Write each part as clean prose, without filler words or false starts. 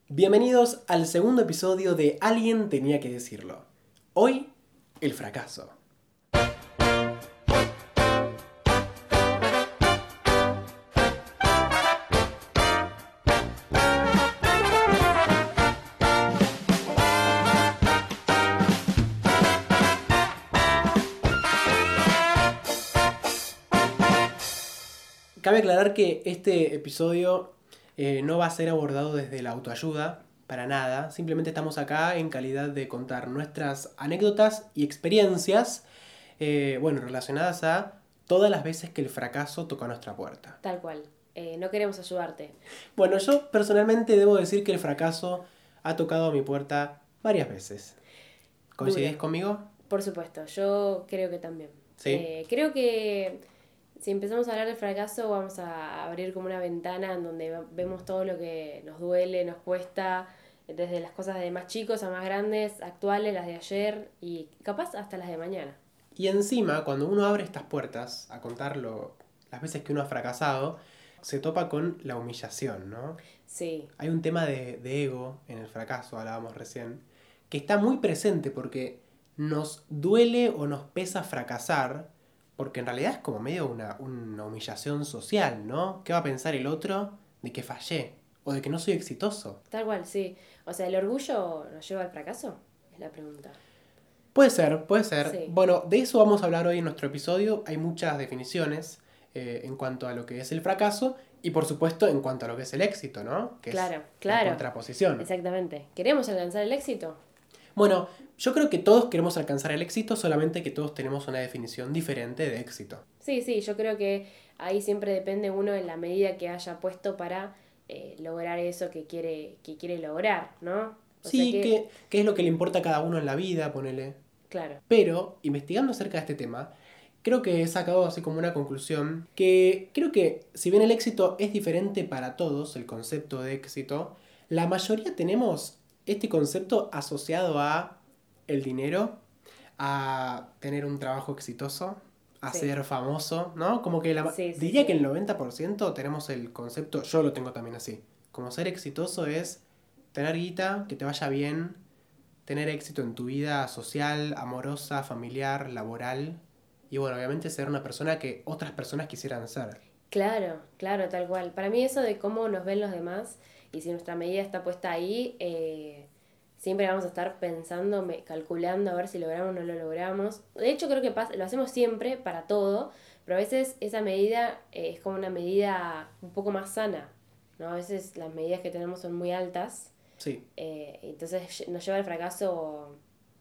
Bienvenidos al segundo episodio de Alguien tenía que decirlo. Hoy, el fracaso. Cabe aclarar que este episodio no va a ser abordado desde la autoayuda, para nada. Simplemente estamos acá en calidad de contar nuestras anécdotas y experiencias, relacionadas a todas las veces que el fracaso toca nuestra puerta. Tal cual. No queremos ayudarte. Bueno, yo personalmente debo decir que el fracaso ha tocado a mi puerta varias veces. ¿Coincidís conmigo? Por supuesto, yo creo que también. ¿Sí? Creo que si empezamos a hablar del fracaso vamos a abrir como una ventana en donde vemos todo lo que nos duele, nos cuesta, desde las cosas de más chicos a más grandes, actuales, las de ayer y capaz hasta las de mañana. Y encima, cuando uno abre estas puertas a contarlo, las veces que uno ha fracasado, se topa con la humillación, ¿no? Sí. Hay un tema de ego en el fracaso, hablábamos recién, que está muy presente porque nos duele o nos pesa fracasar, porque en realidad es como medio una humillación social, ¿no? ¿Qué va a pensar el otro de que fallé o de que no soy exitoso? Tal cual, sí. O sea, ¿el orgullo nos lleva al fracaso? Es la pregunta. Puede ser, puede ser. Sí. Bueno, de eso vamos a hablar hoy en nuestro episodio. Hay muchas definiciones en cuanto a lo que es el fracaso y por supuesto en cuanto a lo que es el éxito, ¿no? Que Claro, es claro. la contraposición. Exactamente. ¿Queremos alcanzar el éxito? Bueno, yo creo que todos queremos alcanzar el éxito, solamente que todos tenemos una definición diferente de éxito. Sí, yo creo que ahí siempre depende uno en la medida que haya puesto para lograr eso que quiere lograr, ¿no? Sí, que es lo que le importa a cada uno en la vida, ponele. Claro. Pero, investigando acerca de este tema, creo que he sacado así como una conclusión que creo que si bien el éxito es diferente para todos, el concepto de éxito, la mayoría tenemos este concepto asociado a el dinero, a tener un trabajo exitoso, a Sí. ser famoso, ¿no? Como que Sí, diría sí. que el 90% tenemos el concepto, yo lo tengo también así, como ser exitoso es tener guita, que te vaya bien, tener éxito en tu vida social, amorosa, familiar, laboral. Y bueno, obviamente ser una persona que otras personas quisieran ser. Claro, tal cual. Para mí eso de cómo nos ven los demás y si nuestra medida está puesta ahí, siempre vamos a estar pensando, calculando a ver si logramos o no lo logramos. De hecho creo que lo hacemos siempre para todo, pero a veces esa medida es como una medida un poco más sana, ¿no? A veces las medidas que tenemos son muy altas, Sí. entonces nos lleva al fracaso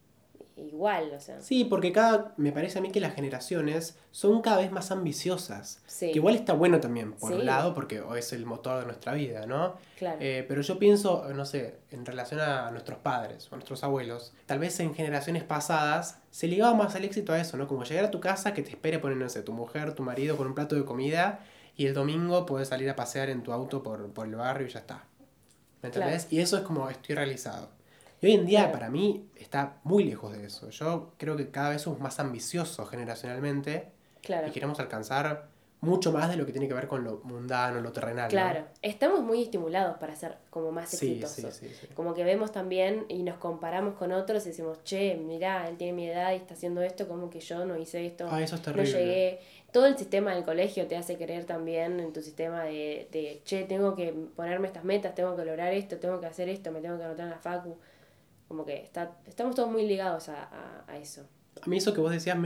igual, o sea. Sí, porque me parece a mí que las generaciones son cada vez más ambiciosas. Sí. Que igual está bueno también, por Sí. un lado, porque es el motor de nuestra vida, ¿no? Claro. Pero yo pienso, no sé, en relación a nuestros padres o a nuestros abuelos, tal vez en generaciones pasadas se ligaba más al éxito a eso, ¿no? Como llegar a tu casa, que te espere poner, no sé, tu mujer, tu marido con un plato de comida y el domingo podés salir a pasear en tu auto por el barrio y ya está. ¿Me entendés? Claro. Y eso es como estoy realizado. Y hoy en día, Claro. para mí, está muy lejos de eso. Yo creo que cada vez somos más ambiciosos generacionalmente Claro. y queremos alcanzar mucho más de lo que tiene que ver con lo mundano, lo terrenal. Claro, ¿no? estamos muy estimulados para ser como más Sí, exitosos. sí. Como que vemos también y nos comparamos con otros y decimos, che, mirá, él tiene mi edad y está haciendo esto, como que yo no hice esto, Ah, eso es no terrible. llegué. Todo el sistema del colegio te hace creer también en tu sistema de che, tengo que ponerme estas metas, tengo que lograr esto, tengo que hacer esto, me tengo que anotar en la facu. Como que estamos todos muy ligados a eso. A mí eso que vos decías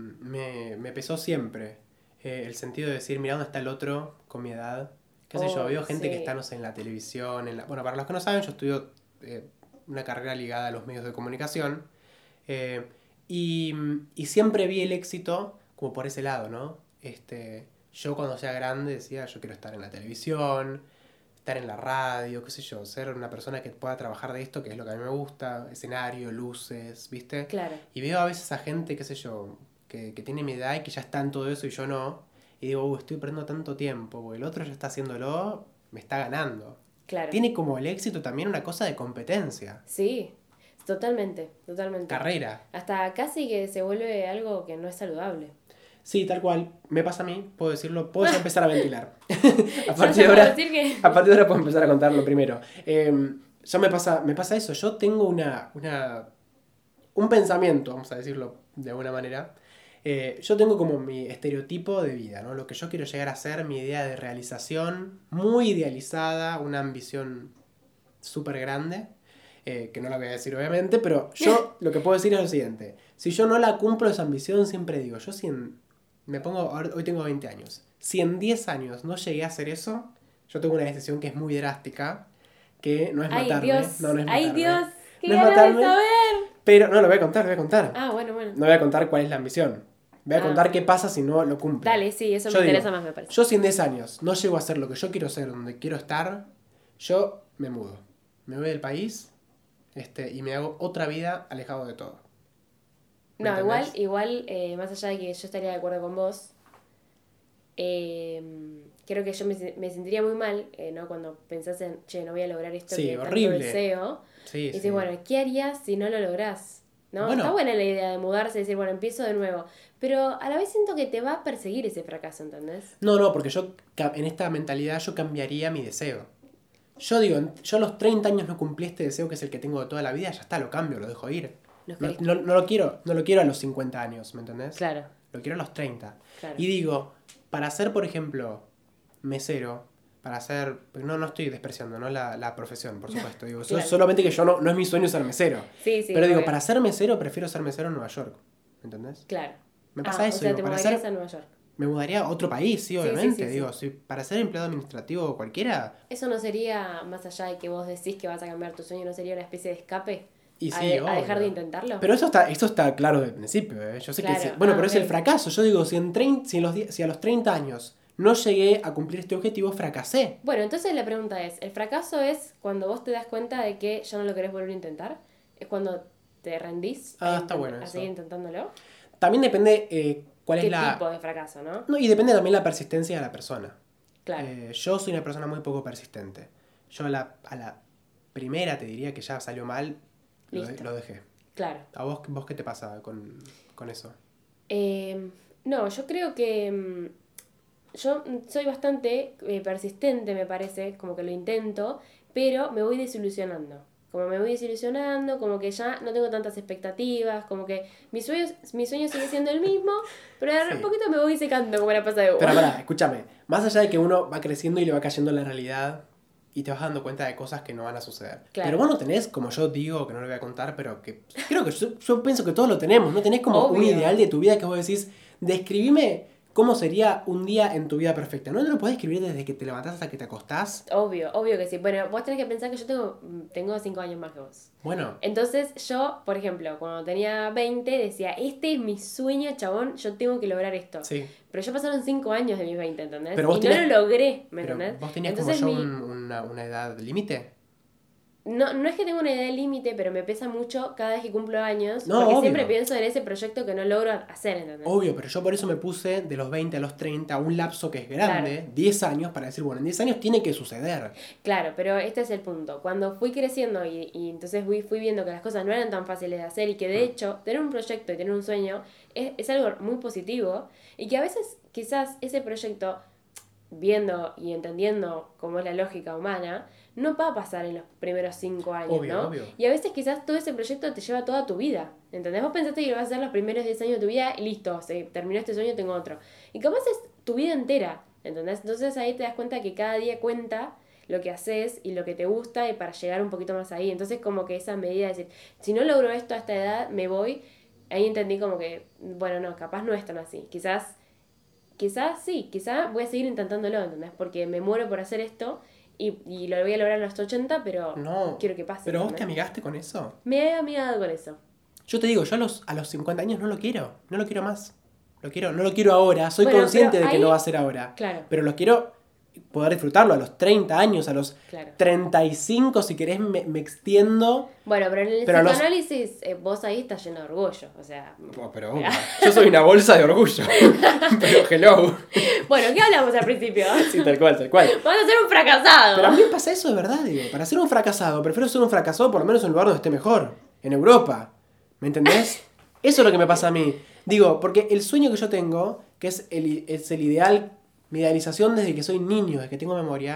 me pesó siempre. El sentido de decir, mira dónde está el otro con mi edad. Qué sé yo, veo gente sí. que está, no sé, en la televisión. Bueno, para los que no saben, yo estudio una carrera ligada a los medios de comunicación. Y siempre vi el éxito como por ese lado, ¿no? Yo cuando sea grande decía, yo quiero estar en la televisión, estar en la radio, qué sé yo, ser una persona que pueda trabajar de esto, que es lo que a mí me gusta, escenario, luces, ¿viste? Claro. Y veo a veces a gente, qué sé yo, que tiene mi edad y que ya está en todo eso y yo no. Y digo, estoy perdiendo tanto tiempo, porque el otro ya está haciéndolo, me está ganando. Claro. Tiene como el éxito también una cosa de competencia. Sí, totalmente. Carrera. Hasta casi que se vuelve algo que no es saludable. Sí, tal cual. Me pasa a mí, puedo decirlo, puedo ya empezar a ventilar. a Ya partir de puedo ahora, decir que... a partir de ahora puedo empezar a contarlo primero. ya me pasa eso. Yo tengo un pensamiento, vamos a decirlo de alguna manera. Yo tengo como mi estereotipo de vida, ¿no? Lo que yo quiero llegar a ser, mi idea de realización, muy idealizada, una ambición súper grande, que no la voy a decir obviamente, pero yo lo que puedo decir es lo siguiente. Si yo no la cumplo esa ambición, siempre digo, yo si hoy tengo 20 años, si en 10 años no llegué a hacer eso, yo tengo una decisión que es muy drástica, que no es Ay, matarme. Dios. No es matarme. Ay, Dios. Qué No es ganas matarme, de saber. pero no, lo voy a contar, lo voy a contar. Ah, bueno. No voy a contar cuál es la ambición. Voy a contar qué pasa si no lo cumple. Dale, sí, eso Yo me interesa digo, más, me parece. Yo si en 10 años no llego a ser lo que yo quiero ser, donde quiero estar, yo me mudo. Me voy del país y me hago otra vida alejado de todo. No, ¿Entendés? igual más allá de que yo estaría de acuerdo con vos, creo que yo me sentiría muy mal, ¿no? Cuando pensás en, che, no voy a lograr esto Sí, que horrible. tanto deseo. Sí, Y dices, sí. bueno, ¿qué harías si no lo lográs? ¿No? Bueno. Está buena la idea de mudarse y decir, bueno, empiezo de nuevo. Pero a la vez siento que te va a perseguir ese fracaso, ¿entendés? No, porque yo en esta mentalidad yo cambiaría mi deseo. Yo digo, yo a los 30 años no cumplí este deseo que es el que tengo de toda la vida, ya está, lo cambio, lo dejo ir. No lo quiero a los 50 años, ¿me entendés? Claro. Lo quiero a los 30. Claro. Y digo, para ser, por ejemplo, mesero, para ser... No estoy despreciando, ¿no? La profesión, por supuesto. Digo, Claro. solamente que yo no es mi sueño ser mesero. Sí, Pero digo, obvio. para ser mesero, prefiero ser mesero en Nueva York. ¿Me entendés? Claro. Me pasa eso. O sea, digo, te mudarías a Nueva York. Me mudaría a otro país, sí, obviamente. Sí. Digo, si para ser empleado administrativo cualquiera... ¿Eso no sería, más allá de que vos decís que vas a cambiar tu sueño, no sería una especie de escape? Y a sí, dejar obvio. de intentarlo. Pero eso está claro desde el principio, ¿eh? Yo sé Claro. que... Bueno, pero es ok. el fracaso. Yo digo, si a los 30 años no llegué a cumplir este objetivo, fracasé. Bueno, entonces la pregunta es, ¿el fracaso es cuando vos te das cuenta de que ya no lo querés volver a intentar? ¿Es cuando te rendís Está bueno a eso. seguir intentándolo? También depende cuál ¿Qué es la... tipo de fracaso, no? No, y depende también la persistencia de la persona. Claro. Yo soy una persona muy poco persistente. Yo a la primera te diría que ya salió mal, lo dejé. Claro. ¿A vos qué te pasa con eso? No, yo creo que yo soy bastante persistente, me parece, como que lo intento, pero me voy desilusionando. Como me voy desilusionando, como que ya no tengo tantas expectativas, como que mi sueño sigue siendo el mismo, pero de un poquito me voy secando como la pasa de uva. Pero pará, escúchame. Más allá de que uno va creciendo y le va cayendo la realidad y te vas dando cuenta de cosas que no van a suceder. Claro. Pero vos no tenés, como yo digo, que no lo voy a contar, pero que creo que yo pienso que todos lo tenemos. No tenés como un Obvio. ideal de tu vida que vos decís, describime cómo sería un día en tu vida perfecta. No te lo podés escribir desde que te levantás hasta que te acostás. Obvio que sí. Bueno, vos tenés que pensar que yo tengo 5 años más que vos. Bueno, Entonces yo, por ejemplo, cuando tenía 20 decía, este es mi sueño, chabón, yo tengo que lograr esto. sí. Pero ya pasaron 5 años de mis 20, ¿entendés? Pero vos y tenés- no lo logré, ¿me Pero entendés? vos tenías Entonces como yo una edad límite. no es que tenga una idea límite, pero me pesa mucho cada vez que cumplo años. No, porque obvio. siempre pienso en ese proyecto que no logro hacer, ¿entendés? Obvio, pero yo por eso me puse de los 20 a los 30 un lapso que es grande, Claro. 10 años, para decir, bueno, en 10 años tiene que suceder. Claro, pero este es el punto. Cuando fui creciendo y entonces fui viendo que las cosas no eran tan fáciles de hacer y que de hecho tener un proyecto y tener un sueño es algo muy positivo y que a veces quizás ese proyecto, viendo y entendiendo cómo es la lógica humana, no va a pasar en los primeros 5 años, Obvio, ¿no? obvio. Y a veces quizás todo ese proyecto te lleva toda tu vida, ¿entendés? Vos pensaste que lo vas a hacer los primeros 10 años de tu vida y listo, se terminó este sueño, tengo otro. Y capaz es tu vida entera, ¿entendés? Entonces ahí te das cuenta que cada día cuenta lo que haces y lo que te gusta y para llegar un poquito más ahí. Entonces como que esa medida de decir, si no logro esto a esta edad, me voy, ahí entendí como que, bueno, no, capaz no es tan así. Quizás sí, quizás voy a seguir intentándolo, ¿entendés? Porque me muero por hacer esto y lo voy a lograr a los 80, pero No. quiero que pase. ¿Pero vos te ¿entendés? amigaste con eso? Me he amigado con eso. Yo te digo, yo a los 50 años no lo quiero más. No lo quiero ahora, soy Bueno, consciente pero de que ahí- no va a ser ahora. Claro. Pero lo quiero poder disfrutarlo a los 30 años, a los Claro. 35, si querés me extiendo. Bueno, pero en el Pero los- psicoanálisis vos ahí estás lleno de orgullo, o sea... Pero yo soy una bolsa de orgullo. Pero hello. Bueno, ¿qué hablamos al principio? Sí, tal cual. Vas a ser un fracasado. Pero a mí me pasa eso de verdad, digo. Para ser un fracasado, prefiero ser un fracasado por lo menos en un lugar donde esté mejor. En Europa. ¿Me entendés? Eso es lo que me pasa a mí. Digo, porque el sueño que yo tengo, que es el ideal, mi idealización desde que soy niño, desde que tengo memoria,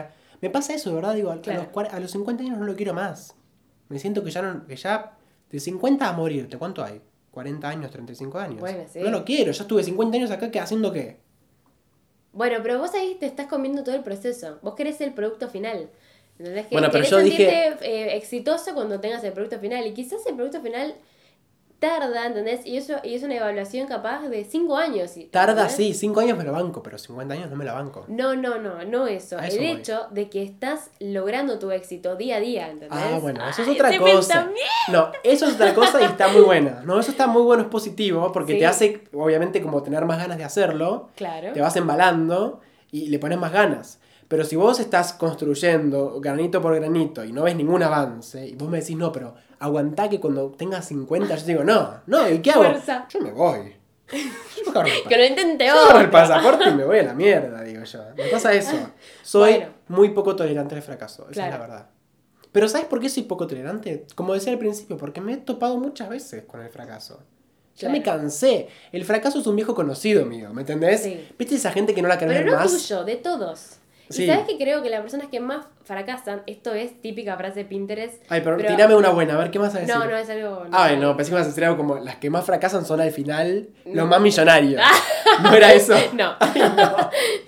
Me pasa eso, de verdad, digo, Claro. a los 50 años no lo quiero más. Me siento que ya de 50 a morirte, ¿cuánto hay? 40 años, 35 años. Bueno, sí. No lo quiero, ya estuve 50 años acá, ¿haciendo qué? Bueno, pero vos ahí te estás comiendo todo el proceso. Vos querés el producto final. ¿Entendés? Bueno, pero querés yo sentirte exitoso cuando tengas el producto final. Y quizás el producto final tarda, ¿entendés? Y es una evaluación capaz de 5 años. Tarda, ¿entendés? sí, 5 años me lo banco, pero 50 años no me la banco. No eso. A eso El voy. hecho de que estás logrando tu éxito día a día, ¿entendés? Ah, bueno, eso es Ay, otra ese cosa. pensamiento. No, eso es otra cosa y está muy buena. No, eso está muy bueno, es positivo, porque Sí. te hace, obviamente, como tener más ganas de hacerlo. Claro. Te vas embalando y le pones más ganas. Pero si vos estás construyendo granito por granito y no ves ningún avance, y vos me decís, no, pero aguantá que cuando tengas 50, yo te digo, no, ¿y qué hago? Fuerza. Yo me voy. Yo agarro el Que lo intente yo agarro el otro. pasaporte y me voy a la mierda, digo yo. Me pasa eso. Soy Bueno. muy poco tolerante al fracaso, esa Claro. es la verdad. Pero ¿sabes por qué soy poco tolerante? Como decía al principio, porque me he topado muchas veces con el fracaso. Ya Claro. me cansé. El fracaso es un viejo conocido mío, ¿me entendés? Sí. ¿Viste esa gente que no la querés Pero ver no más? tuyo, de todos. Sí. Y sabes que creo que las personas que más fracasan, esto es típica frase de Pinterest. Ay, pero tirame una buena, a ver qué más vas a decir. No, es algo. Ay, no, pensé que ibas a decir algo como las que más fracasan son al final los más millonarios. ¿No era eso? No. Ay, no.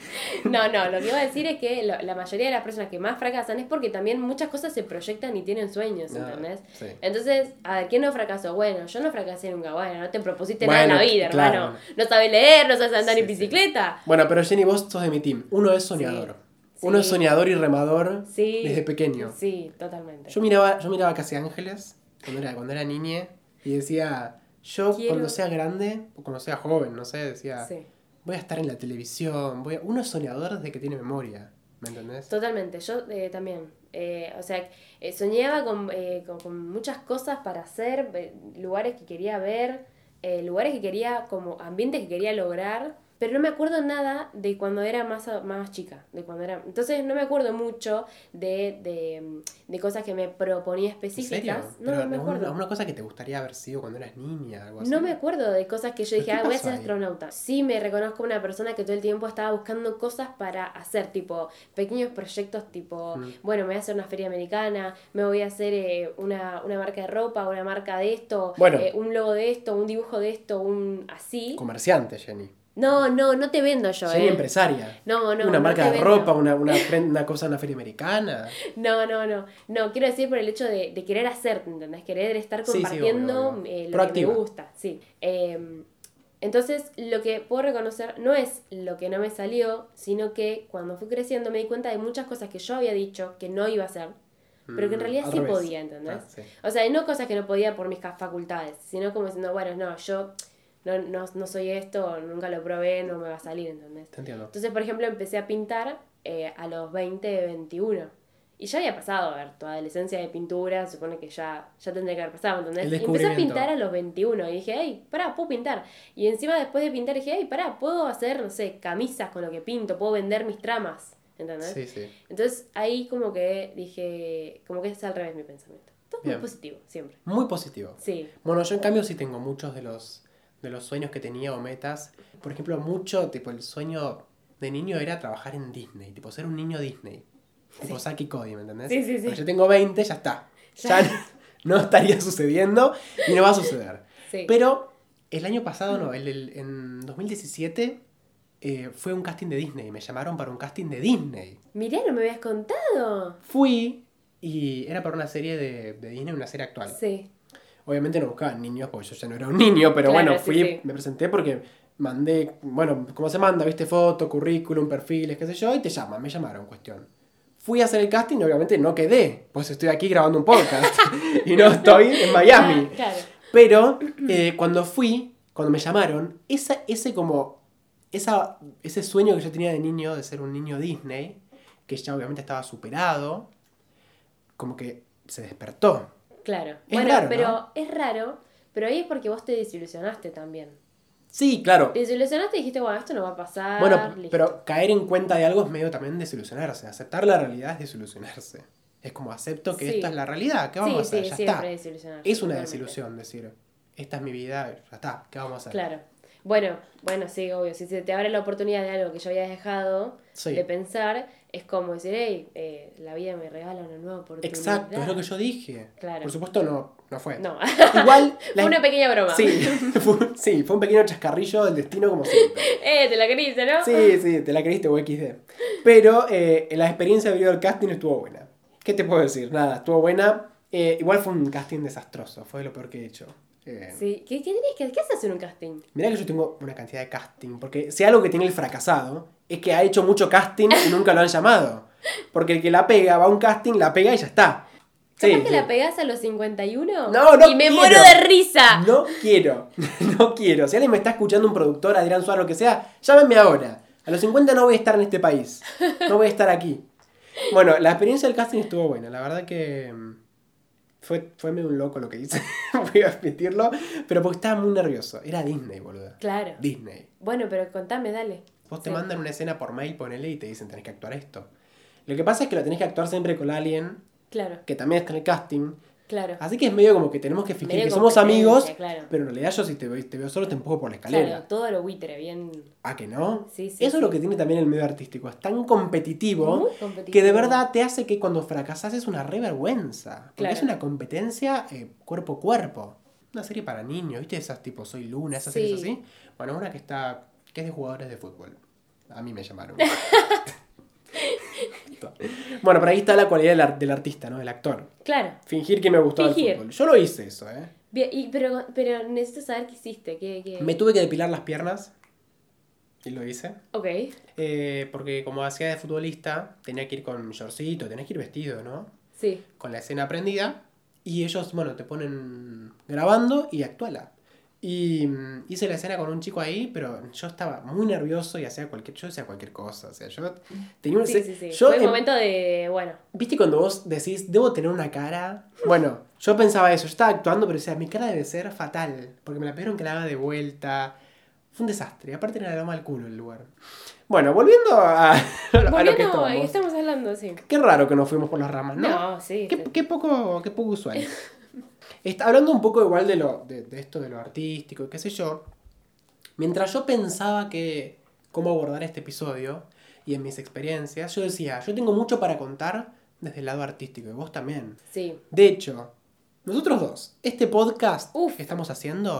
No, lo que iba a decir es que la mayoría de las personas que más fracasan es porque también muchas cosas se proyectan y tienen sueños, No, ¿entendés? sí. Entonces, a ver, ¿quién no fracasó? Bueno, yo no fracasé nunca. Bueno, no te propusiste nada en Bueno, la vida, claro. hermano. No sabes leer, no sabes andar Sí, en bicicleta. Bueno, pero Jenny, vos sos de mi team. Uno es soñador. Sí. Uno es soñador y remador Sí. desde pequeño. Sí, totalmente. Yo miraba Casi Ángeles cuando era niña y decía, yo Quiero- cuando sea grande, o cuando sea joven, no sé, decía, Sí. voy a estar en la televisión, uno es soñador desde que tiene memoria, ¿me entendés? Totalmente, yo también. O sea, soñaba con muchas cosas para hacer, lugares que quería ver, lugares que quería, como ambientes que quería lograr, pero no me acuerdo nada de cuando era más chica, entonces no me acuerdo mucho de cosas que me proponía ¿En serio? específicas. No, Pero no me acuerdo. una cosa que te gustaría haber sido cuando eras niña, algo así. No me acuerdo de cosas que yo dije, ¿Pero qué voy a pasó ser ahí? astronauta. Sí me reconozco una persona que todo el tiempo estaba buscando cosas para hacer, tipo, pequeños proyectos, tipo, bueno, me voy a hacer una feria americana, me voy a hacer una marca de ropa, una marca de esto, Bueno. Un logo de esto, un dibujo de esto, así. Comerciante, Jenny. No te vendo yo, Jenny empresaria. No, Una no marca te de vendo. ropa, una cosa, una feria americana. No, quiero decir por el hecho de querer hacer, ¿entendés? Querer estar Sí, sí, compartiendo obvio. lo que Proactiva. me gusta, sí. Entonces, lo que puedo reconocer no es lo que no me salió, sino que cuando fui creciendo me di cuenta de muchas cosas que yo había dicho que no iba a hacer, pero que en realidad Al sí revés. podía, ¿entendés? Ah, sí. O sea, no cosas que no podía por mis facultades, sino como diciendo, bueno, no, yo no soy esto, nunca lo probé, no me va a salir, ¿entendés? Te entiendo. Entonces, por ejemplo, empecé a pintar a los 20, 21. Y ya había pasado, a ver, tu adolescencia de pintura, supone que ya tendría que haber pasado, ¿entendés? El Y empecé a descubrimiento. pintar a los 21 y dije, hey, pará, puedo pintar. Y encima después de pintar dije, hey, pará, puedo hacer, no sé, camisas con lo que pinto, puedo vender mis tramas, ¿entendés? Sí, sí. Entonces ahí como que dije, como que es al revés mi pensamiento. Todo muy Bien. positivo, siempre. Muy positivo. Sí. Bueno, yo en cambio sí tengo muchos de los sueños que tenía o metas. Por ejemplo, tipo el sueño de niño era trabajar en Disney, tipo ser un niño Disney. Tipo Zack y Cody, ¿me entendés? Sí. Porque yo tengo 20, ya está. Ya no estaría sucediendo y no va a suceder. Sí. Pero el año pasado, no, en 2017 fue un casting de Disney. Me llamaron para un casting de Disney. Mirá, no me habías contado. Fui y era para una serie de Disney, una serie actual. Sí. Obviamente no buscaban niños porque yo ya no era un niño, pero Claro, bueno, sí, fui, sí. me presenté porque mandé, bueno, como se manda, viste, foto, currículum, perfiles, qué sé yo, y te llaman, me llamaron, cuestión. Fui a hacer el casting y obviamente no quedé, pues estoy aquí grabando un podcast y no estoy en Miami. Claro. Pero cuando me llamaron, ese sueño que yo tenía de niño, de ser un niño Disney, que ya obviamente estaba superado, como que se despertó. Claro. Es Bueno, raro, pero ¿no? es raro, pero ahí es porque vos te desilusionaste también. Sí, claro. Te desilusionaste y dijiste, bueno, esto no va a pasar. Bueno, listo. pero caer en cuenta de algo es medio también desilusionarse. Aceptar la realidad es desilusionarse. Es como acepto que Sí. esta es la realidad, ¿qué vamos a hacer? Ya siempre está. desilusionarse. Es una totalmente. desilusión decir, esta es mi vida, ya está, ¿qué vamos a hacer? Claro. Bueno, sí, obvio. Si se te abre la oportunidad de algo que ya habías dejado Sí. de pensar, es como decir, hey, la vida me regala una nueva oportunidad. Exacto, es lo que yo dije. Claro. Por supuesto no fue. No. Igual... Fue una pequeña broma. Sí, fue un pequeño chascarrillo del destino como siempre. Te la creíste, ¿no? Sí, te la creíste, XD. Pero la experiencia de video del casting estuvo buena. ¿Qué te puedo decir? Nada, estuvo buena. Igual fue un casting desastroso, fue lo peor que he hecho. Sí, ¿qué haces en un casting? Mirá que yo tengo una cantidad de casting, porque si algo que tiene el fracasado es que ha hecho mucho casting y nunca lo han llamado. Porque el que la pega va a un casting, la pega y ya está. ¿Capaz que la pegás a los 51? No y me quiero. muero de risa. No quiero. Si alguien me está escuchando, un productor, Adrián Suárez, lo que sea, llámenme ahora. A los 50 no voy a estar en este país. No voy a estar aquí. Bueno, la experiencia del casting estuvo buena. La verdad que fue medio un loco lo que hice. Voy a admitirlo. Pero porque estaba muy nervioso. Era Disney, boluda. Claro. Disney. Bueno, pero contame, dale. Vos te mandan una escena por mail, ponele, y te dicen tenés que actuar esto. Lo que pasa es que lo tenés que actuar siempre con alguien Claro. que también está en el casting. Claro. Así que es medio como que tenemos que fingir Medio que somos amigos, claro. pero en realidad yo si te veo solo te empujo por la escalera. Claro, todo lo buitre, bien. ¿Ah, que no? Sí, Eso es lo que tiene también el medio artístico. Es tan competitivo, Muy competitivo. que de verdad te hace que cuando fracasas es una re vergüenza. Porque Claro. es una competencia cuerpo a cuerpo. Una serie para niños, ¿viste? Esas tipo Soy Luna, esas series así. Bueno, una que es de jugadores de fútbol. A mí me llamaron. Bueno, pero ahí está la cualidad del artista, ¿no? Del actor. Claro. Fingir que me gustaba el fútbol. Yo lo hice eso, ¿eh? Bien, pero necesito saber qué hiciste. Me tuve que depilar las piernas. Y lo hice. Ok. Porque como hacía de futbolista, tenía que ir con shortcito, tenés que ir vestido, ¿no? Sí. Con la escena aprendida. Y ellos, bueno, te ponen grabando y actuala. Y hice la escena con un chico ahí, pero yo estaba muy nervioso y hacía cualquier cosa. O sea, yo tenía un... Sí. Yo, fue el momento de, bueno... ¿Viste cuando vos decís, debo tener una cara? Bueno, yo pensaba eso. Yo estaba actuando, pero decía, mi cara debe ser fatal. Porque me la pidieron que la haga de vuelta. Fue un desastre. Aparte era la loma al culo el lugar. Bueno, volviendo a lo que estábamos. Estamos hablando, sí. Qué raro que nos fuimos por las ramas, ¿no? No, sí. Qué poco usual. Hablando un poco igual de esto de lo artístico, qué sé yo. Mientras yo pensaba cómo abordar este episodio y en mis experiencias, yo decía, yo tengo mucho para contar desde el lado artístico y vos también. Sí. De hecho, nosotros dos, este podcast que estamos haciendo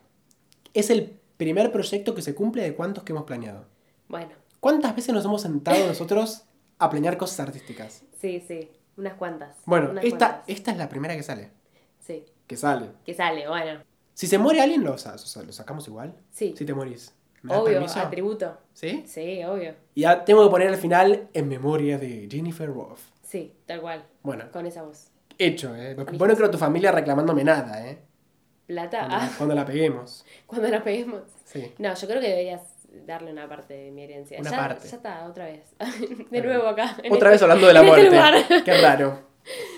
es el primer proyecto que se cumple de cuántos que hemos planeado. Bueno. ¿Cuántas veces nos hemos sentado nosotros a planear cosas artísticas? Sí, unas cuantas. Bueno, esta es la primera que sale. Sí. Que sale, bueno. Si se muere alguien, ¿lo sacamos igual? Sí. Si te morís. ¿Me das Obvio, permiso? atributo. ¿Sí? Sí, obvio. Y ya tengo que poner al final en memoria de Jennifer Roth. Sí, tal cual. Bueno. Con esa voz. Hecho, ¿eh? Vos no creo tu familia reclamándome nada, ¿eh? ¿Plata? Cuando la peguemos. Cuando la peguemos. Sí. No, yo creo que deberías darle una parte de mi herencia. Una parte. Ya está, otra vez. De nuevo acá. Otra vez hablando de la muerte. Lugar. Qué raro.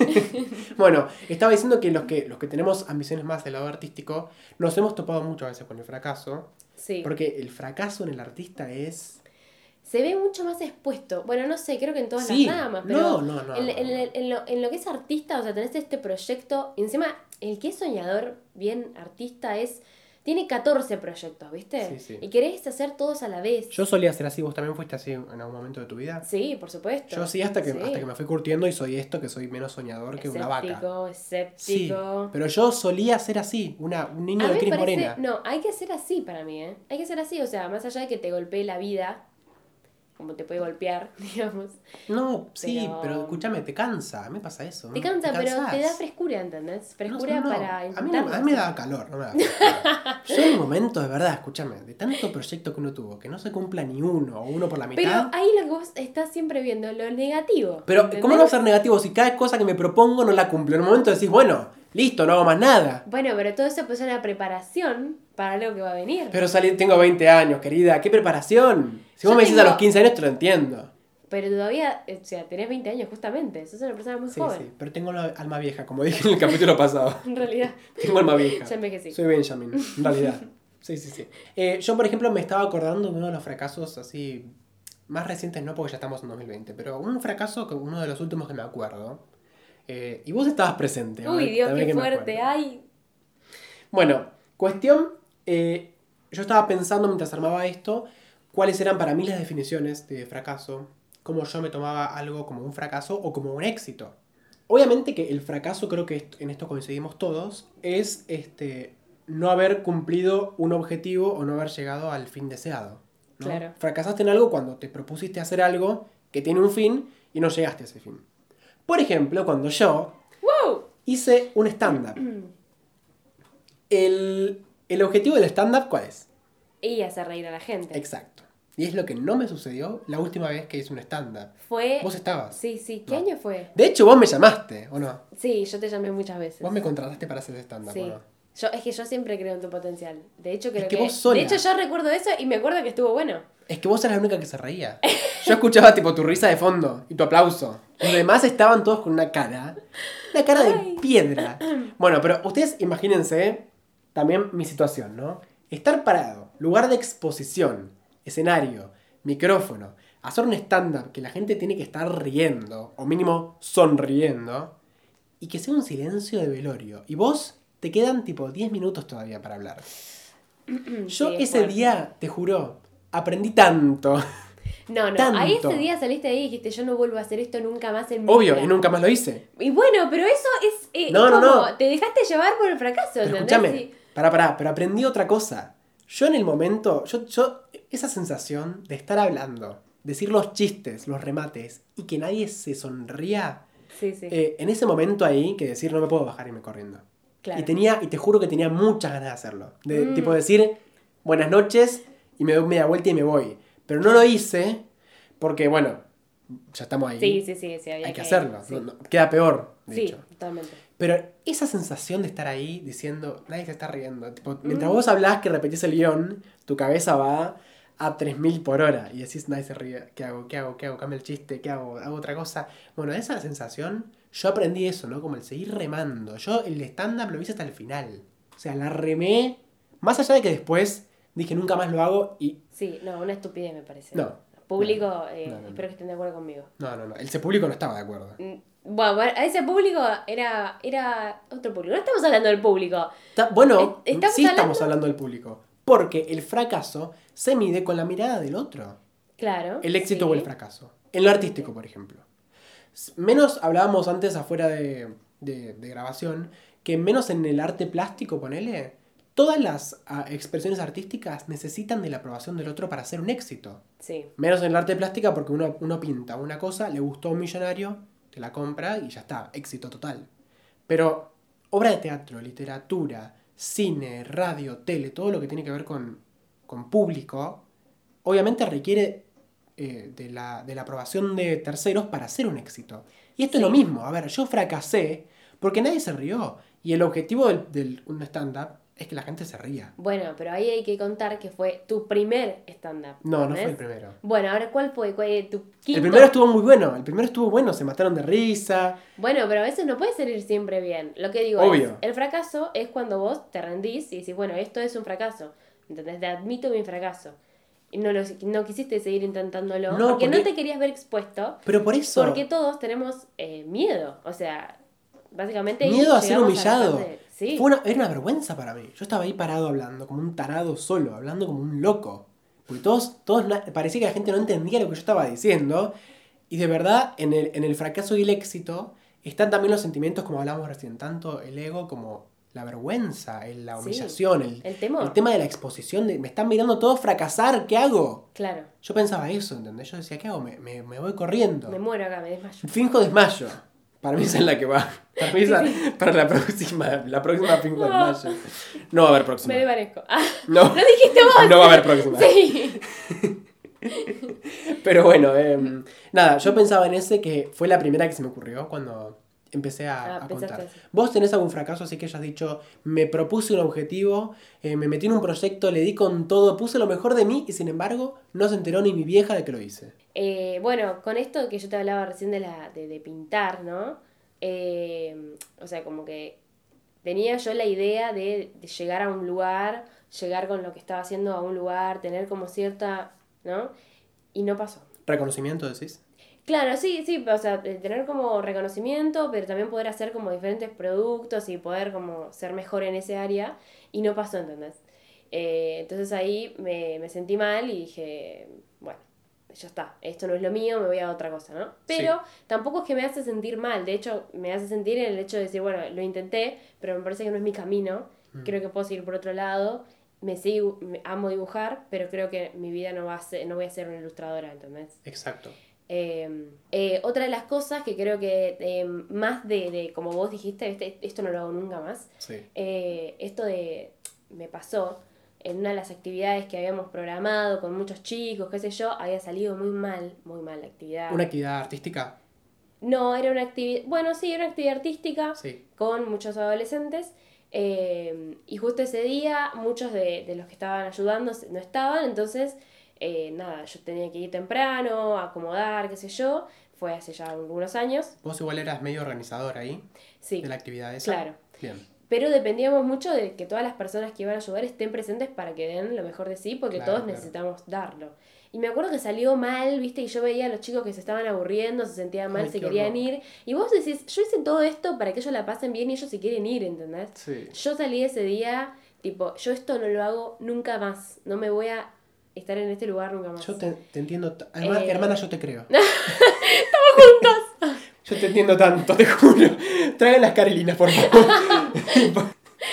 Bueno, estaba diciendo que los que tenemos ambiciones más del lado artístico, nos hemos topado mucho a veces con el fracaso. Sí. Porque el fracaso en el artista es... Se ve mucho más expuesto. Bueno, no sé, creo que en todas Sí. las ramas, pero No. en lo que es artista, o sea, tenés este proyecto, y encima el que es soñador, bien artista, tiene 14 proyectos, ¿viste? Sí. Y querés hacer todos a la vez. Yo solía ser así, ¿vos también fuiste así en algún momento de tu vida? Sí, por supuesto. Yo sí, hasta que me fui curtiendo y soy esto, que soy menos soñador que una vaca. Escéptico. Sí, pero yo solía ser así, un niño de Cris Morena. No, hay que ser así para mí, ¿eh? Hay que ser así, o sea, más allá de que te golpee la vida, como te puede golpear, digamos. No, sí, pero escúchame, te cansa, me pasa eso. Te cansa, pero cansás. te da frescura, ¿entendés? Frescura No. para A mí intentarlo. me daba calor, no me daba frescura. Yo en un momento, de verdad, escúchame, de tanto proyecto que uno tuvo, que no se cumpla ni uno, o uno por la mitad. Pero ahí lo que vos estás siempre viendo, lo negativo. Pero, ¿entendés? ¿cómo no va a ser negativo si cada cosa que me propongo no la cumplo? En un momento decís, bueno, listo, no hago más nada. Bueno, pero todo eso pues es una preparación para algo que va a venir. Pero tengo 20 años, querida, ¿qué preparación? Si vos Yo me decís a tengo- los 15 años, te lo entiendo. Pero todavía, o sea, tenés 20 años justamente, sos una persona muy joven. Sí, pero tengo la alma vieja, como dije en el capítulo pasado. En realidad. Tengo alma vieja. Ya envejecí. Soy Benjamin, en realidad. Sí. Yo, por ejemplo, me estaba acordando de uno de los fracasos así más recientes, no porque ya estamos en 2020, pero un fracaso, uno de los últimos que me acuerdo. Y vos estabas presente. Uy, Dios, también qué que me fuerte. acuerdo. Ay. Bueno, cuestión, yo estaba pensando mientras armaba esto, cuáles eran para mí las definiciones de fracaso cómo yo me tomaba algo como un fracaso o como un éxito. Obviamente que el fracaso, creo que en esto coincidimos todos, es no haber cumplido un objetivo o no haber llegado al fin deseado, ¿no? Claro. Fracasaste en algo cuando te propusiste hacer algo que tiene un fin y no llegaste a ese fin. Por ejemplo, cuando yo ¡Wow! hice un stand-up. El objetivo del stand-up, ¿cuál es? Y hacer reír a la gente. Exacto. Y es lo que no me sucedió la última vez que hice un stand-up. Fue... ¿Vos estabas? Sí, sí. ¿Qué No. año fue? De hecho, vos me llamaste, ¿o no? Sí, yo te llamé muchas veces. Vos me contrataste para hacer stand-up, Sí. ¿o no? Es que yo siempre creo en tu potencial. De hecho, creo que vos sola. De hecho, yo recuerdo eso y me acuerdo que estuvo bueno. Es que vos eras la única que se reía. Yo escuchaba tipo tu risa de fondo y tu aplauso. Los demás estaban todos con una cara de piedra. Bueno, pero ustedes imagínense también mi situación, ¿no? Estar parado, lugar de exposición, escenario, micrófono, hacer un stand-up que la gente tiene que estar riendo, o mínimo sonriendo, y que sea un silencio de velorio. Y vos te quedan tipo 10 minutos todavía para hablar. Yo Sí, ese fuerte. día, te juro, aprendí tanto. No, Tanto. ahí ese día saliste de ahí y dijiste, yo no vuelvo a hacer esto nunca más en mi Obvio, vida. y nunca más lo hice. Y bueno, pero eso es No, es no, como, no. te dejaste llevar por el fracaso, Pero ¿entendés? escúchame, Sí. pero aprendí otra cosa. Yo en el momento, esa sensación de estar hablando, decir los chistes, los remates, y que nadie se sonría, Sí, sí. en ese momento ahí, que decir no me puedo bajar y irme corriendo. Claro. Y te juro que tenía muchas ganas de hacerlo. De tipo decir buenas noches y me doy media vuelta y me voy. Pero no lo hice porque, bueno, ya estamos ahí. Sí, había Hay que hacerlo. sí. No, queda peor, de Sí, hecho. totalmente. Pero esa sensación de estar ahí diciendo, nadie se está riendo. Tipo, mientras vos hablás que repetís el guión, tu cabeza va a 3000 por hora y decís, nadie se ríe. ¿Qué hago? Cambio el chiste. ¿Qué hago? ¿Hago otra cosa? Bueno, esa sensación, yo aprendí eso, ¿no? Como el seguir remando. Yo el stand-up lo hice hasta el final. O sea, la remé. Más allá de que después dije, nunca más lo hago y... Sí, no, una estupidez me parece. No. Público, No. espero que estén de acuerdo conmigo. No. Ese público no estaba de acuerdo. Bueno, a ese público era otro público. No estamos hablando del público. Bueno, ¿Estamos sí hablando? estamos hablando del público. Porque el fracaso se mide con la mirada del otro. Claro. El éxito sí. o el fracaso. En lo artístico, por ejemplo. Menos hablábamos antes afuera de grabación, que menos en el arte plástico, ponele, todas las expresiones artísticas necesitan de la aprobación del otro para ser un éxito. Sí. Menos en el arte plástica porque uno pinta una cosa, le gustó a un millonario, te la compra y ya está, éxito total. Pero obra de teatro, literatura, cine, radio, tele, todo lo que tiene que ver con público, obviamente requiere de la aprobación de terceros para ser un éxito. Y esto es lo mismo. A ver, yo fracasé porque nadie se rió. Y el objetivo del un stand-up es que la gente se ría. Bueno, pero ahí hay que contar que fue tu primer stand-up. No ¿entendés? fue el primero. Bueno, ahora ¿cuál fue tu quinto? El primero estuvo muy bueno. El primero estuvo bueno. Se mataron de risa. Bueno, pero a veces no puede salir siempre bien. Lo que digo Obvio. es, el fracaso es cuando vos te rendís y decís, bueno, esto es un fracaso. ¿Entendés? Te admito mi fracaso. Y no quisiste seguir intentándolo No, porque no porque- te querías ver expuesto. Pero por eso... Porque todos tenemos miedo. O sea, básicamente... Miedo a ser llegamos humillado. la parte- Sí. Era una vergüenza para mí. Yo estaba ahí parado hablando, como un tarado solo, hablando como un loco. Porque parecía que la gente no entendía lo que yo estaba diciendo. Y de verdad, en el fracaso y el éxito, están también los sentimientos, como hablábamos recién, tanto el ego como la vergüenza, la Sí. humillación, El temor. el tema de la exposición, me están mirando todos fracasar, ¿qué hago? Claro. Yo pensaba eso, ¿entendés? Yo decía, ¿qué hago? Me voy corriendo. Me muero acá, me desmayo. Finjo desmayo. Para mí esa es la que va. Para mí para la próxima finjo desmayo. No va a haber próxima. Me desvanezco. Ah, No. lo dijiste vos. No va a haber próxima. Sí. Pero bueno, nada, yo pensaba en ese que fue la primera que se me ocurrió cuando empecé a pensaste contar. así. ¿Vos tenés algún fracaso así que hayas dicho, me propuse un objetivo, me metí en un proyecto, le di con todo, puse lo mejor de mí y sin embargo no se enteró ni mi vieja de que lo hice? Bueno, con esto que yo te hablaba recién de pintar, ¿no? O sea, como que tenía yo la idea de llegar a un lugar, llegar con lo que estaba haciendo a un lugar, tener como cierta, ¿no? Y no pasó. ¿Reconocimiento decís? Claro, sí, o sea, tener como reconocimiento, pero también poder hacer como diferentes productos y poder como ser mejor en ese área, y no pasó, ¿entendés? Entonces ahí me sentí mal y dije, bueno, ya está, esto no es lo mío, me voy a otra cosa, ¿no? Pero tampoco es que me hace sentir mal, de hecho, me hace sentir en el hecho de decir, bueno, lo intenté, pero me parece que no es mi camino, creo que puedo seguir por otro lado, amo dibujar, pero creo que mi vida no voy a ser una ilustradora, ¿entendés? Exacto. Otra de las cosas que creo que más de como vos dijiste, esto no lo hago nunca más, esto me pasó en una de las actividades que habíamos programado con muchos chicos, qué sé yo, había salido muy mal la actividad. ¿Una actividad artística? No, era una actividad, bueno, sí, era una actividad artística con muchos adolescentes. Y justo ese día muchos de los que estaban ayudando no estaban, entonces nada, yo tenía que ir temprano, acomodar, qué sé yo, fue hace ya algunos años. ¿Vos igual eras medio organizador ahí? Sí. ¿De la actividad esa? Claro. Bien. Pero dependíamos mucho de que todas las personas que iban a ayudar estén presentes para que den lo mejor de sí, porque todos necesitamos darlo. Y me acuerdo que salió mal, ¿viste? Y yo veía a los chicos que se estaban aburriendo, se sentían mal, se querían ir. Y vos decís, yo hice todo esto para que ellos la pasen bien y ellos se quieren ir, ¿entendés? Sí. Yo salí ese día, tipo, yo esto no lo hago nunca más. No me voy a estar en este lugar nunca más. Yo te entiendo. Además, hermana, yo te creo. ¡Estamos juntos! Yo te entiendo tanto, te juro. Traigan las carilinas, por favor.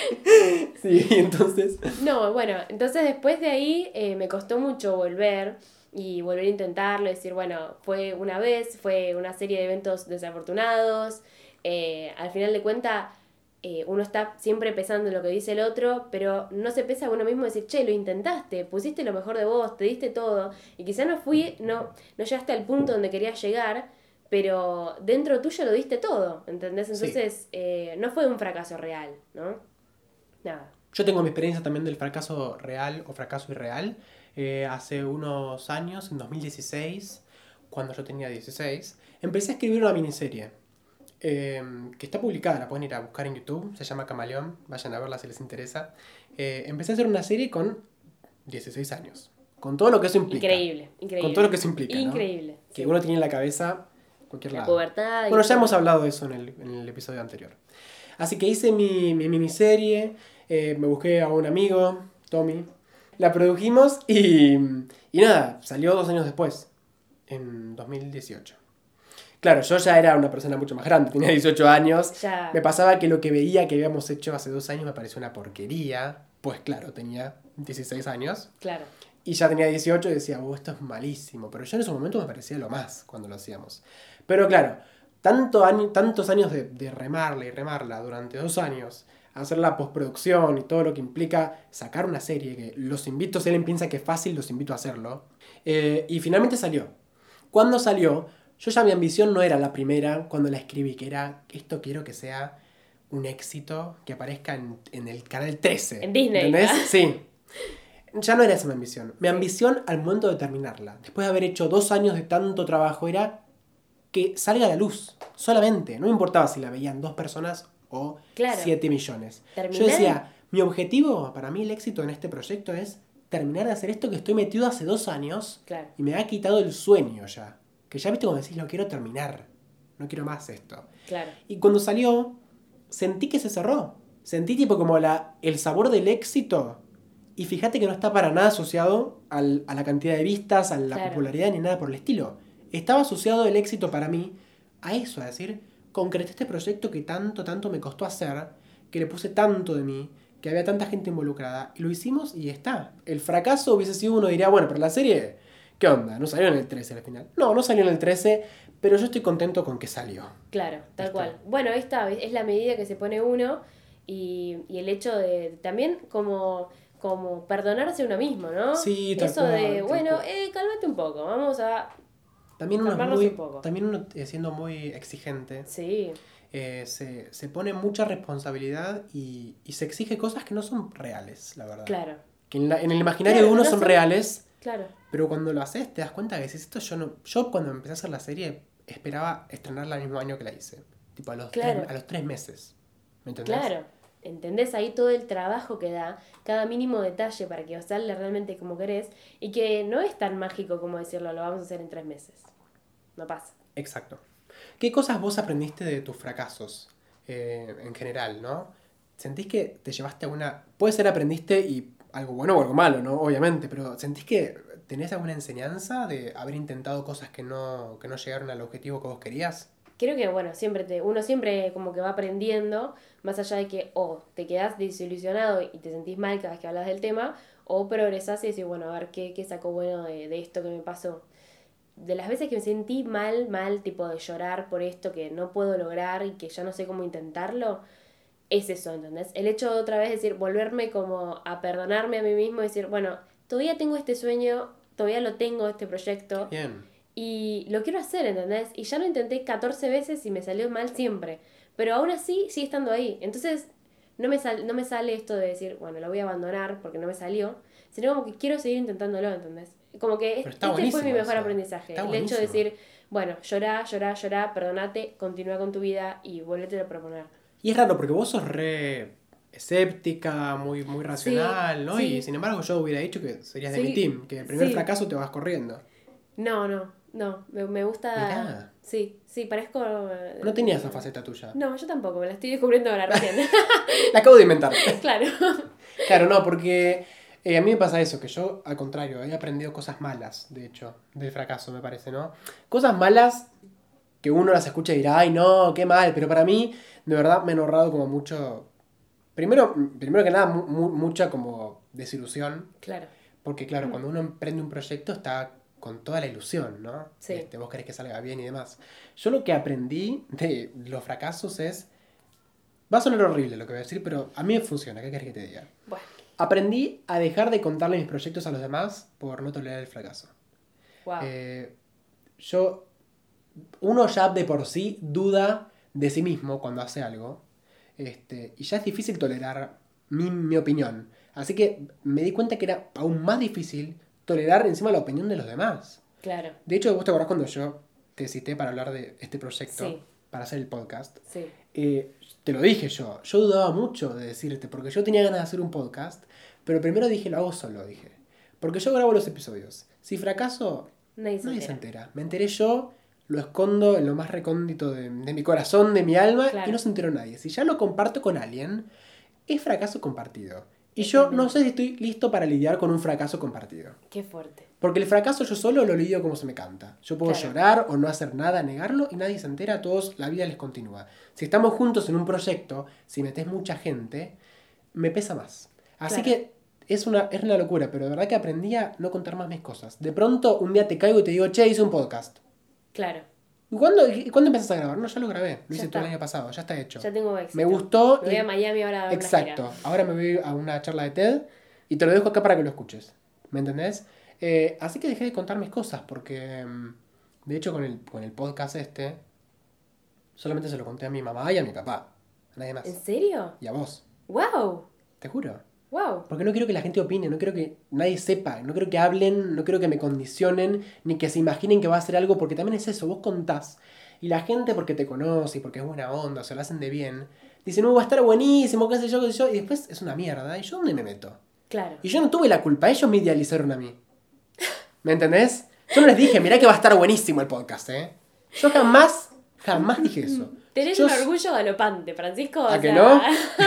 Sí, entonces... No, bueno, entonces después de ahí me costó mucho volver a intentarlo, decir, bueno, fue una vez, fue una serie de eventos desafortunados, al final de cuentas uno está siempre pensando en lo que dice el otro, pero no se pesa a uno mismo decir, che, lo intentaste, pusiste lo mejor de vos, te diste todo, y quizá no llegaste al punto donde querías llegar, pero dentro tuyo lo diste todo, ¿entendés? Entonces no fue un fracaso real, ¿no? Nada. Yo tengo mi experiencia también del fracaso real o fracaso irreal. Hace unos años, en 2016, cuando yo tenía 16, empecé a escribir una miniserie que está publicada, la pueden ir a buscar en YouTube, se llama Camaleón, vayan a verla si les interesa. Empecé a hacer una serie con 16 años, con todo lo que eso implica. Increíble. Con todo lo que eso implica, increíble, ¿no? Que uno tiene en la cabeza cualquier lado. Pubertad. Bueno, ya hemos hablado de eso en el episodio anterior. Así que hice mi miniserie, me busqué a un amigo, Tommy, la produjimos y nada, salió 2 años después, en 2018. Claro, yo ya era una persona mucho más grande, tenía 18 años. Ya. Me pasaba que lo que veía que habíamos hecho hace 2 años me pareció una porquería. Pues claro, tenía 16 años. Claro. Y ya tenía 18 y decía, esto es malísimo. Pero yo en ese momento me parecía lo más cuando lo hacíamos. Pero claro, tantos años de remarla y remarla durante 2 años, hacer la postproducción y todo lo que implica sacar una serie, que los invito, si alguien piensa que es fácil, los invito a hacerlo. Y finalmente salió. Cuando salió, yo ya mi ambición no era la primera cuando la escribí, que era, esto quiero que sea un éxito, que aparezca en el canal 13. En Disney. ¿Entendés? Sí. Ya no era esa mi ambición. Mi ambición al momento de terminarla, después de haber hecho 2 años de tanto trabajo, era que salga a la luz, solamente. No me importaba si la veían 2 personas o 7 millones. Yo decía, mi objetivo, para mí el éxito en este proyecto es terminar de hacer esto que estoy metido hace 2 años y me ha quitado el sueño ya. Que ya viste como decís, lo quiero terminar, no quiero más esto. Claro. Y cuando salió, sentí que se cerró. Sentí tipo como el sabor del éxito. Y fíjate que no está para nada asociado a la cantidad de vistas, a la popularidad ni nada por el estilo. Estaba asociado el éxito para mí a eso, a decir, concreté este proyecto que tanto me costó hacer, que le puse tanto de mí, que había tanta gente involucrada, y lo hicimos y está. El fracaso hubiese sido, uno diría, bueno, pero la serie, ¿qué onda? ¿No salió en el 13 al final? No salió en el 13, pero yo estoy contento con que salió. Claro, tal cual. Bueno, esta es la medida que se pone uno y el hecho de también como perdonarse uno mismo, ¿no? Sí, tal eso cual, de, bueno, cálmate un poco, vamos a también uno, también uno siendo muy exigente, sí. Se pone mucha responsabilidad y se exige cosas que no son reales, la verdad. Claro. Que en el imaginario de uno son reales, claro. Pero cuando lo haces te das cuenta que decís, esto yo cuando empecé a hacer la serie esperaba estrenarla el mismo año que la hice. Tipo a los 3 meses. ¿Me entendés? Claro. ¿Entendés? Ahí todo el trabajo que da, cada mínimo detalle para que os salga realmente como querés, y que no es tan mágico como decirlo, lo vamos a hacer en 3 meses. No pasa. Exacto. ¿Qué cosas vos aprendiste de tus fracasos en general, no? ¿Sentís que te llevaste puede ser aprendiste y algo bueno o algo malo, ¿no? Obviamente, pero ¿sentís que ¿tenés alguna enseñanza de haber intentado cosas que no llegaron al objetivo que vos querías? Creo que, bueno, uno siempre como que va aprendiendo, más allá de que o te quedás desilusionado y te sentís mal cada vez que hablas del tema, o progresás y decís, bueno, a ver qué saco bueno de esto que me pasó. De las veces que me sentí mal, tipo de llorar por esto que no puedo lograr y que ya no sé cómo intentarlo, es eso, ¿entendés? El hecho de otra vez decir, volverme como a perdonarme a mí mismo, decir, bueno, todavía tengo este sueño, todavía lo tengo, este proyecto, Bien. y lo quiero hacer, ¿entendés? Y ya lo intenté 14 veces y me salió mal siempre, pero aún así sigue estando ahí. Entonces no me sale esto de decir, bueno, lo voy a abandonar porque no me salió, sino como que quiero seguir intentándolo, ¿entendés? Como que Pero está este fue mi buenísimo mejor eso. aprendizaje. Está El hecho de buenísimo. decir, bueno, llorá, perdonate, continúa con tu vida y volvete a proponer. Y es raro porque vos sos re escéptica, muy Sí, racional, ¿no? Y sí, sin embargo yo hubiera dicho que serías de mi sí, team, que el primer sí. fracaso te vas corriendo. No, me gusta... Mirá, Sí, parezco... no tenía esa faceta tuya. No, yo tampoco, me la estoy descubriendo ahora recién. La acabo de inventar. Claro. Claro, no, porque a mí me pasa eso, que yo, al contrario, he aprendido cosas malas, de hecho, del fracaso, me parece, ¿no? Cosas malas que uno las escucha y dirá, ay, no, qué mal, pero para mí, de verdad, me han ahorrado como mucho... Primero que nada, mucha como desilusión, Claro, porque claro, cuando uno emprende un proyecto está con toda la ilusión, ¿no? sí. Vos querés que salga bien y demás. Yo lo que aprendí de los fracasos es... Va a sonar horrible lo que voy a decir, pero a mí me funciona, ¿qué querés que te diga? Bueno, Aprendí a dejar de contarle mis proyectos a los demás por no tolerar el fracaso. wow. Eh, yo, uno ya de por sí duda de sí mismo cuando hace algo, y ya es difícil tolerar mi opinión. Así que me di cuenta que era aún más difícil tolerar encima la opinión de los demás. Claro, De hecho, vos te acordás cuando yo te cité para hablar de este proyecto, sí, para hacer el podcast. sí. Te lo dije yo dudaba mucho de decirte, porque yo tenía ganas de hacer un podcast, pero primero dije, lo hago solo, dije. Porque yo grabo los episodios. Si fracaso, Nadie se nadie se entera. entera. Me enteré yo, lo escondo en lo más recóndito de mi corazón, de mi alma, Claro. y no se enteró nadie. Si ya lo comparto con alguien, es fracaso compartido. Y Es yo no tremendo. sé si estoy listo para lidiar con un fracaso compartido. Qué fuerte. Porque el fracaso yo solo lo lidio como se me canta. Yo puedo Claro. llorar o no hacer nada, negarlo y nadie se entera, a todos la vida les continúa. Si estamos juntos en un proyecto, si metes mucha gente, me pesa más. Así Claro. que es una locura, pero de verdad que aprendí a no contar más mis cosas. De pronto un día te caigo y te digo, che, hice un podcast. Claro. ¿Y cuándo empezás a grabar? No, ya lo grabé. Lo hice Ya todo el está. año pasado, ya está hecho. Ya tengo éxito. Me gustó. Me voy a Miami ahora a dar una Exacto. gira. Ahora me voy a una charla de TED y te lo dejo acá para que lo escuches. ¿Me entendés? Así que dejé de contar mis cosas porque, de hecho, con el podcast solamente se lo conté a mi mamá y a mi papá. A nadie ¿En más. serio? Y a vos. ¡Wow! Te juro. ¡Wow! Porque no quiero que la gente opine, no quiero que nadie sepa, no quiero que hablen, no quiero que me condicionen, ni que se imaginen que va a hacer algo, porque también es eso, vos contás. Y la gente, porque te conoce y porque es buena onda, o se lo hacen de bien, dicen, no, va a estar buenísimo, qué sé yo, y después es una mierda. ¿Y yo dónde me meto? Claro. Y yo no tuve la culpa, ellos me idealizaron a mí. ¿Me entendés? Yo no les dije, mirá que va a estar buenísimo el podcast, ¿eh? Yo jamás dije eso. Tenés Yo un orgullo galopante, Francisco. ¿A o que sea, no?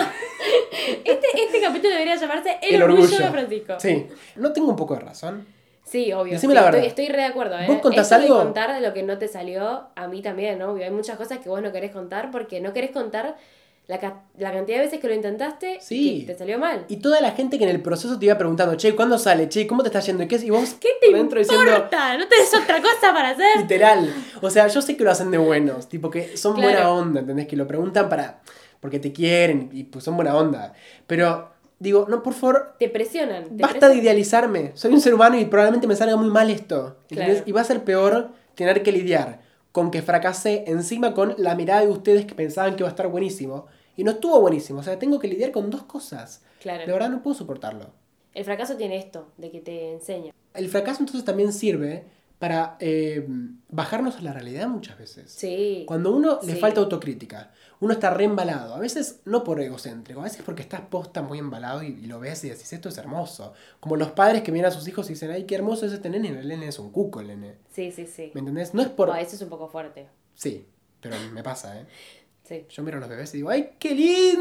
Este capítulo debería llamarse El orgullo de Francisco. Sí. ¿No tengo un poco de razón? Sí, obvio. Decime Sí, la verdad. Estoy re de acuerdo, ¿eh? ¿Vos contás Esto algo? de contar de lo que no te salió, a mí también, ¿no? Obvio. Hay muchas cosas que vos no querés contar porque no querés contar la cantidad de veces que lo intentaste Sí. que te salió mal. Y toda la gente que en el proceso te iba preguntando, che, ¿cuándo sale? Che, ¿cómo te está yendo? ¿Y vos ¿Qué te por dentro importa? ¿No tenés otra cosa para hacer? literal. O sea, yo sé que lo hacen de buenos, tipo que son Claro. buena onda, ¿entendés? Que lo preguntan porque te quieren y pues son buena onda. Pero digo, no, por favor, Te presionan. basta de idealizarme. Soy un ser humano y probablemente me salga muy mal esto. ¿Entendés? Claro. Y va a ser peor tener que lidiar con que fracasé encima con la mirada de ustedes que pensaban que iba a estar buenísimo. Y no estuvo buenísimo. O sea, tengo que lidiar con dos cosas. Claro. De verdad no puedo soportarlo. El fracaso tiene esto, de que te enseña. El fracaso entonces también sirve para bajarnos a la realidad muchas veces. Sí. Cuando a uno le Sí. falta autocrítica, uno está re embalado. A veces no por egocéntrico, a veces porque estás posta muy embalado y lo ves y decís, esto es hermoso. Como los padres que miran a sus hijos y dicen, ay, qué hermoso es este nene, y el nene es un cuco, el nene. Sí, sí, sí. ¿Me entendés? No es por... Oh, eso es un poco fuerte. Sí, pero me pasa, ¿eh? Sí. Yo miro a los bebés y digo, ¡ay, qué lindo!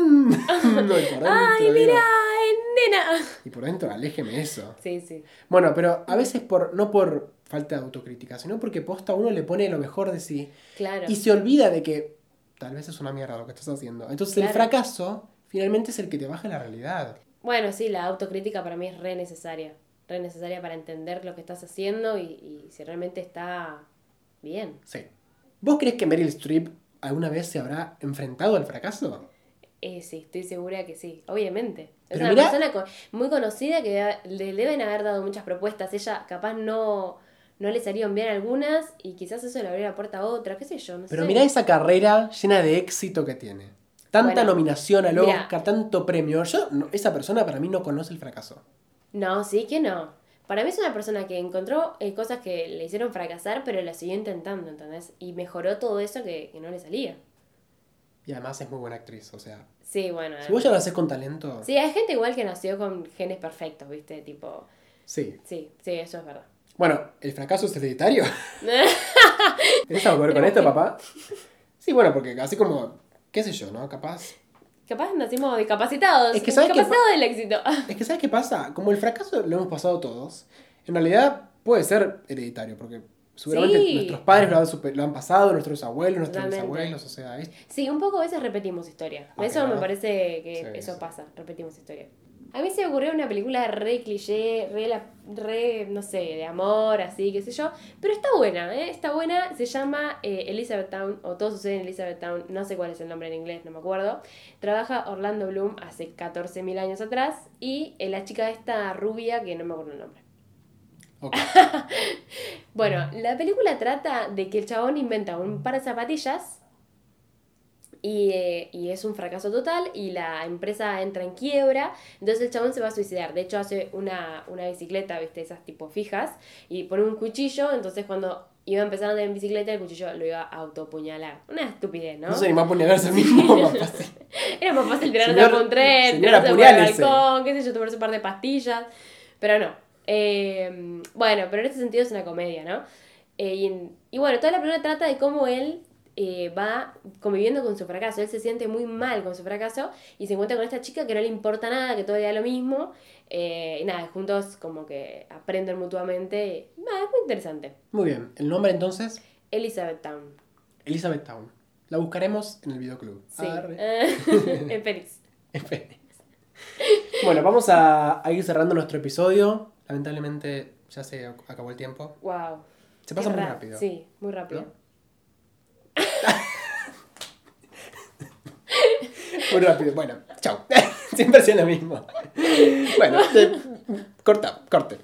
No, y por dentro, ¡Ay, digo, mira, nena! y por dentro, aléjeme eso. Sí, sí. Bueno, pero a veces no por falta de autocrítica, sino porque posta uno le pone lo mejor de sí Claro. y se olvida de que tal vez es una mierda lo que estás haciendo. Entonces el Claro. fracaso finalmente es el que te baja la realidad. Bueno, sí, la autocrítica para mí es re necesaria. Re necesaria para entender lo que estás haciendo y si realmente está bien. Sí. ¿Vos crees que Meryl Streep alguna vez se habrá enfrentado al fracaso? Sí, estoy segura que sí, obviamente. Es Pero una mirá- persona muy conocida que le deben haber dado muchas propuestas. Ella capaz no le salieron bien algunas y quizás eso le abrió la puerta a otra, qué sé yo, no Pero sé. mirá esa carrera llena de éxito que tiene. Tanta Bueno, nominación al mirá. Oscar, tanto premio. Esa persona para mí no conoce el fracaso. No, sí que no. Para mí es una persona que encontró cosas que le hicieron fracasar, pero la siguió intentando, ¿entendés? Y mejoró todo eso que no le salía. Y además es muy buena actriz, o sea. Sí, bueno. Si vos ya lo haces con talento. Sí, hay gente igual que nació con genes perfectos, ¿viste? Tipo, Sí. sí, eso es verdad. Bueno, ¿el fracaso es hereditario? ¿Tienes algo que ver con esto, papá? Sí, bueno, porque así como, qué sé yo, ¿no? Capaz. Capaz nacimos discapacitados. Es que ¿sabes qué discapacitados del éxito. Es que ¿sabes qué pasa? Como el fracaso lo hemos pasado todos, en realidad puede ser hereditario, porque seguramente Sí. nuestros padres lo han pasado, nuestros abuelos, nuestros Totalmente. bisabuelos, o sea, Sí, un poco a veces repetimos historia. Ah, Eso claro. me parece que Sí, eso sí. pasa, repetimos historia. A mí se me ocurrió una película re cliché, re, no sé, de amor, así, qué sé yo. Pero está buena, ¿eh? Está buena. Se llama Elizabethtown, o Todo sucede en Elizabethtown. No sé cuál es el nombre en inglés, no me acuerdo. Trabaja Orlando Bloom hace 14.000 años atrás. Y la chica esta rubia, que no me acuerdo el nombre. Ok. Bueno, la película trata de que el chabón inventa un par de zapatillas y es un fracaso total y la empresa entra en quiebra, entonces el chabón se va a suicidar. De hecho hace una bicicleta, viste, esas tipo fijas, y pone un cuchillo, entonces cuando iba a empezar a andar en bicicleta el cuchillo lo iba a autopuñalar. Una estupidez, ¿no? No se animó a apuñalarse el mismo, más fácil. Era más fácil tirarse Señor- por un tren, señora, tirarse por el apuñálese. balcón, qué sé yo, tomarse un par de pastillas, pero no. Bueno, pero en este sentido es una comedia, ¿no? Y bueno, toda la película trata de cómo él va conviviendo con su fracaso. Él se siente muy mal con su fracaso y se encuentra con esta chica que no le importa nada, que todo el día lo mismo. Y nada, juntos como que aprenden mutuamente. Nada, es muy interesante. Muy bien, el nombre entonces, Elizabethtown. Elizabethtown. La buscaremos en el videoclub. Sí. Arre. En Félix. Espere. Bueno, vamos a ir cerrando nuestro episodio. Lamentablemente ya se acabó el tiempo. Wow. Se pasa muy rápido. Sí, muy rápido. ¿No? Muy rápido. Bueno, chao. Siempre hacía lo mismo. Bueno, corte.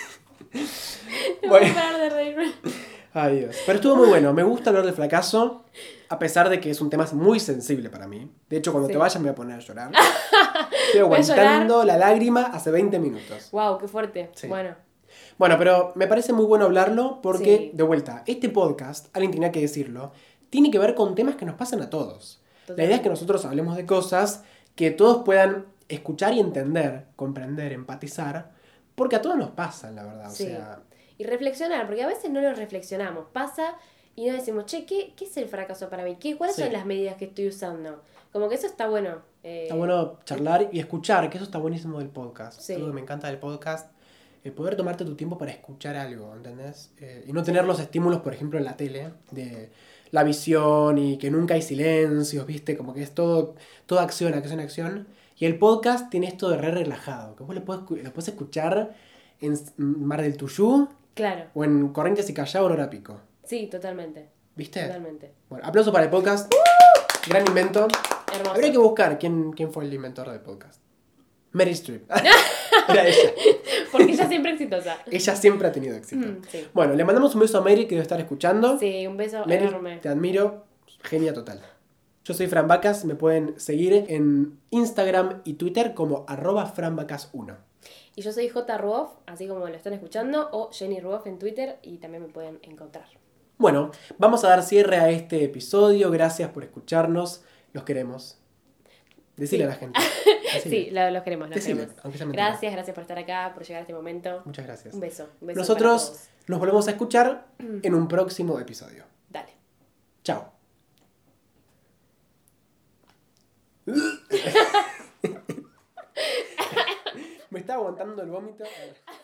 No Bueno. puedo parar de reírme. Ay, Dios. Pero estuvo muy bueno. Me gusta hablar del fracaso, a pesar de que es un tema muy sensible para mí. De hecho, cuando Sí. te vayas me voy a poner a llorar. Estoy Voy a aguantando la lágrima hace 20 minutos. Wow, qué fuerte. Sí. Bueno. Bueno, pero me parece muy bueno hablarlo porque, Sí. de vuelta, este podcast, alguien tenía que decirlo, tiene que ver con temas que nos pasan a todos. La idea es que nosotros hablemos de cosas que todos puedan escuchar y entender, comprender, empatizar, porque a todos nos pasan, la verdad. Sí. O sea, Y reflexionar, porque a veces no lo reflexionamos. Pasa y nos decimos, che, ¿qué es el fracaso para mí? ¿Cuáles Sí. son las medidas que estoy usando? Como que eso está bueno. está bueno charlar y escuchar, que eso está buenísimo del podcast. Sí. Algo que me encanta del podcast, el poder tomarte tu tiempo para escuchar algo, ¿entendés? Y no tener los estímulos, por ejemplo, en la tele, de la visión y que nunca hay silencios, ¿viste? Como que es todo acción, acción, acción. Y el podcast tiene esto de re relajado, que vos lo podés escuchar en Mar del Tuyú Claro. o en Corrientes y Callao, Hora Pico. Sí, totalmente. ¿Viste? Totalmente. Bueno, aplauso para el podcast. Gran invento. Hermoso. Habría que buscar quién fue el inventor del podcast. Meryl Streep. Era ella. Porque ella siempre exitosa. Ella siempre ha tenido éxito. Sí. Bueno, le mandamos un beso a Meryl que debe estar escuchando. Sí, un beso Meryl, enorme. te admiro. Genia total. Yo soy Fran Vacas. Me pueden seguir en Instagram y Twitter como @franvacas1. Y yo soy J. Ruoff, así como lo están escuchando, o Jenny Ruoff en Twitter y también me pueden encontrar. Bueno, vamos a dar cierre a este episodio. Gracias por escucharnos. Los queremos. Decile Sí. a la gente. Decile. Sí, los queremos, los Decile, queremos. aunque sea mentira. Gracias por estar acá, por llegar a este momento. Muchas gracias. Un beso para Nosotros todos. nos volvemos a escuchar en un próximo episodio. Dale. Chao. aguantando el vómito.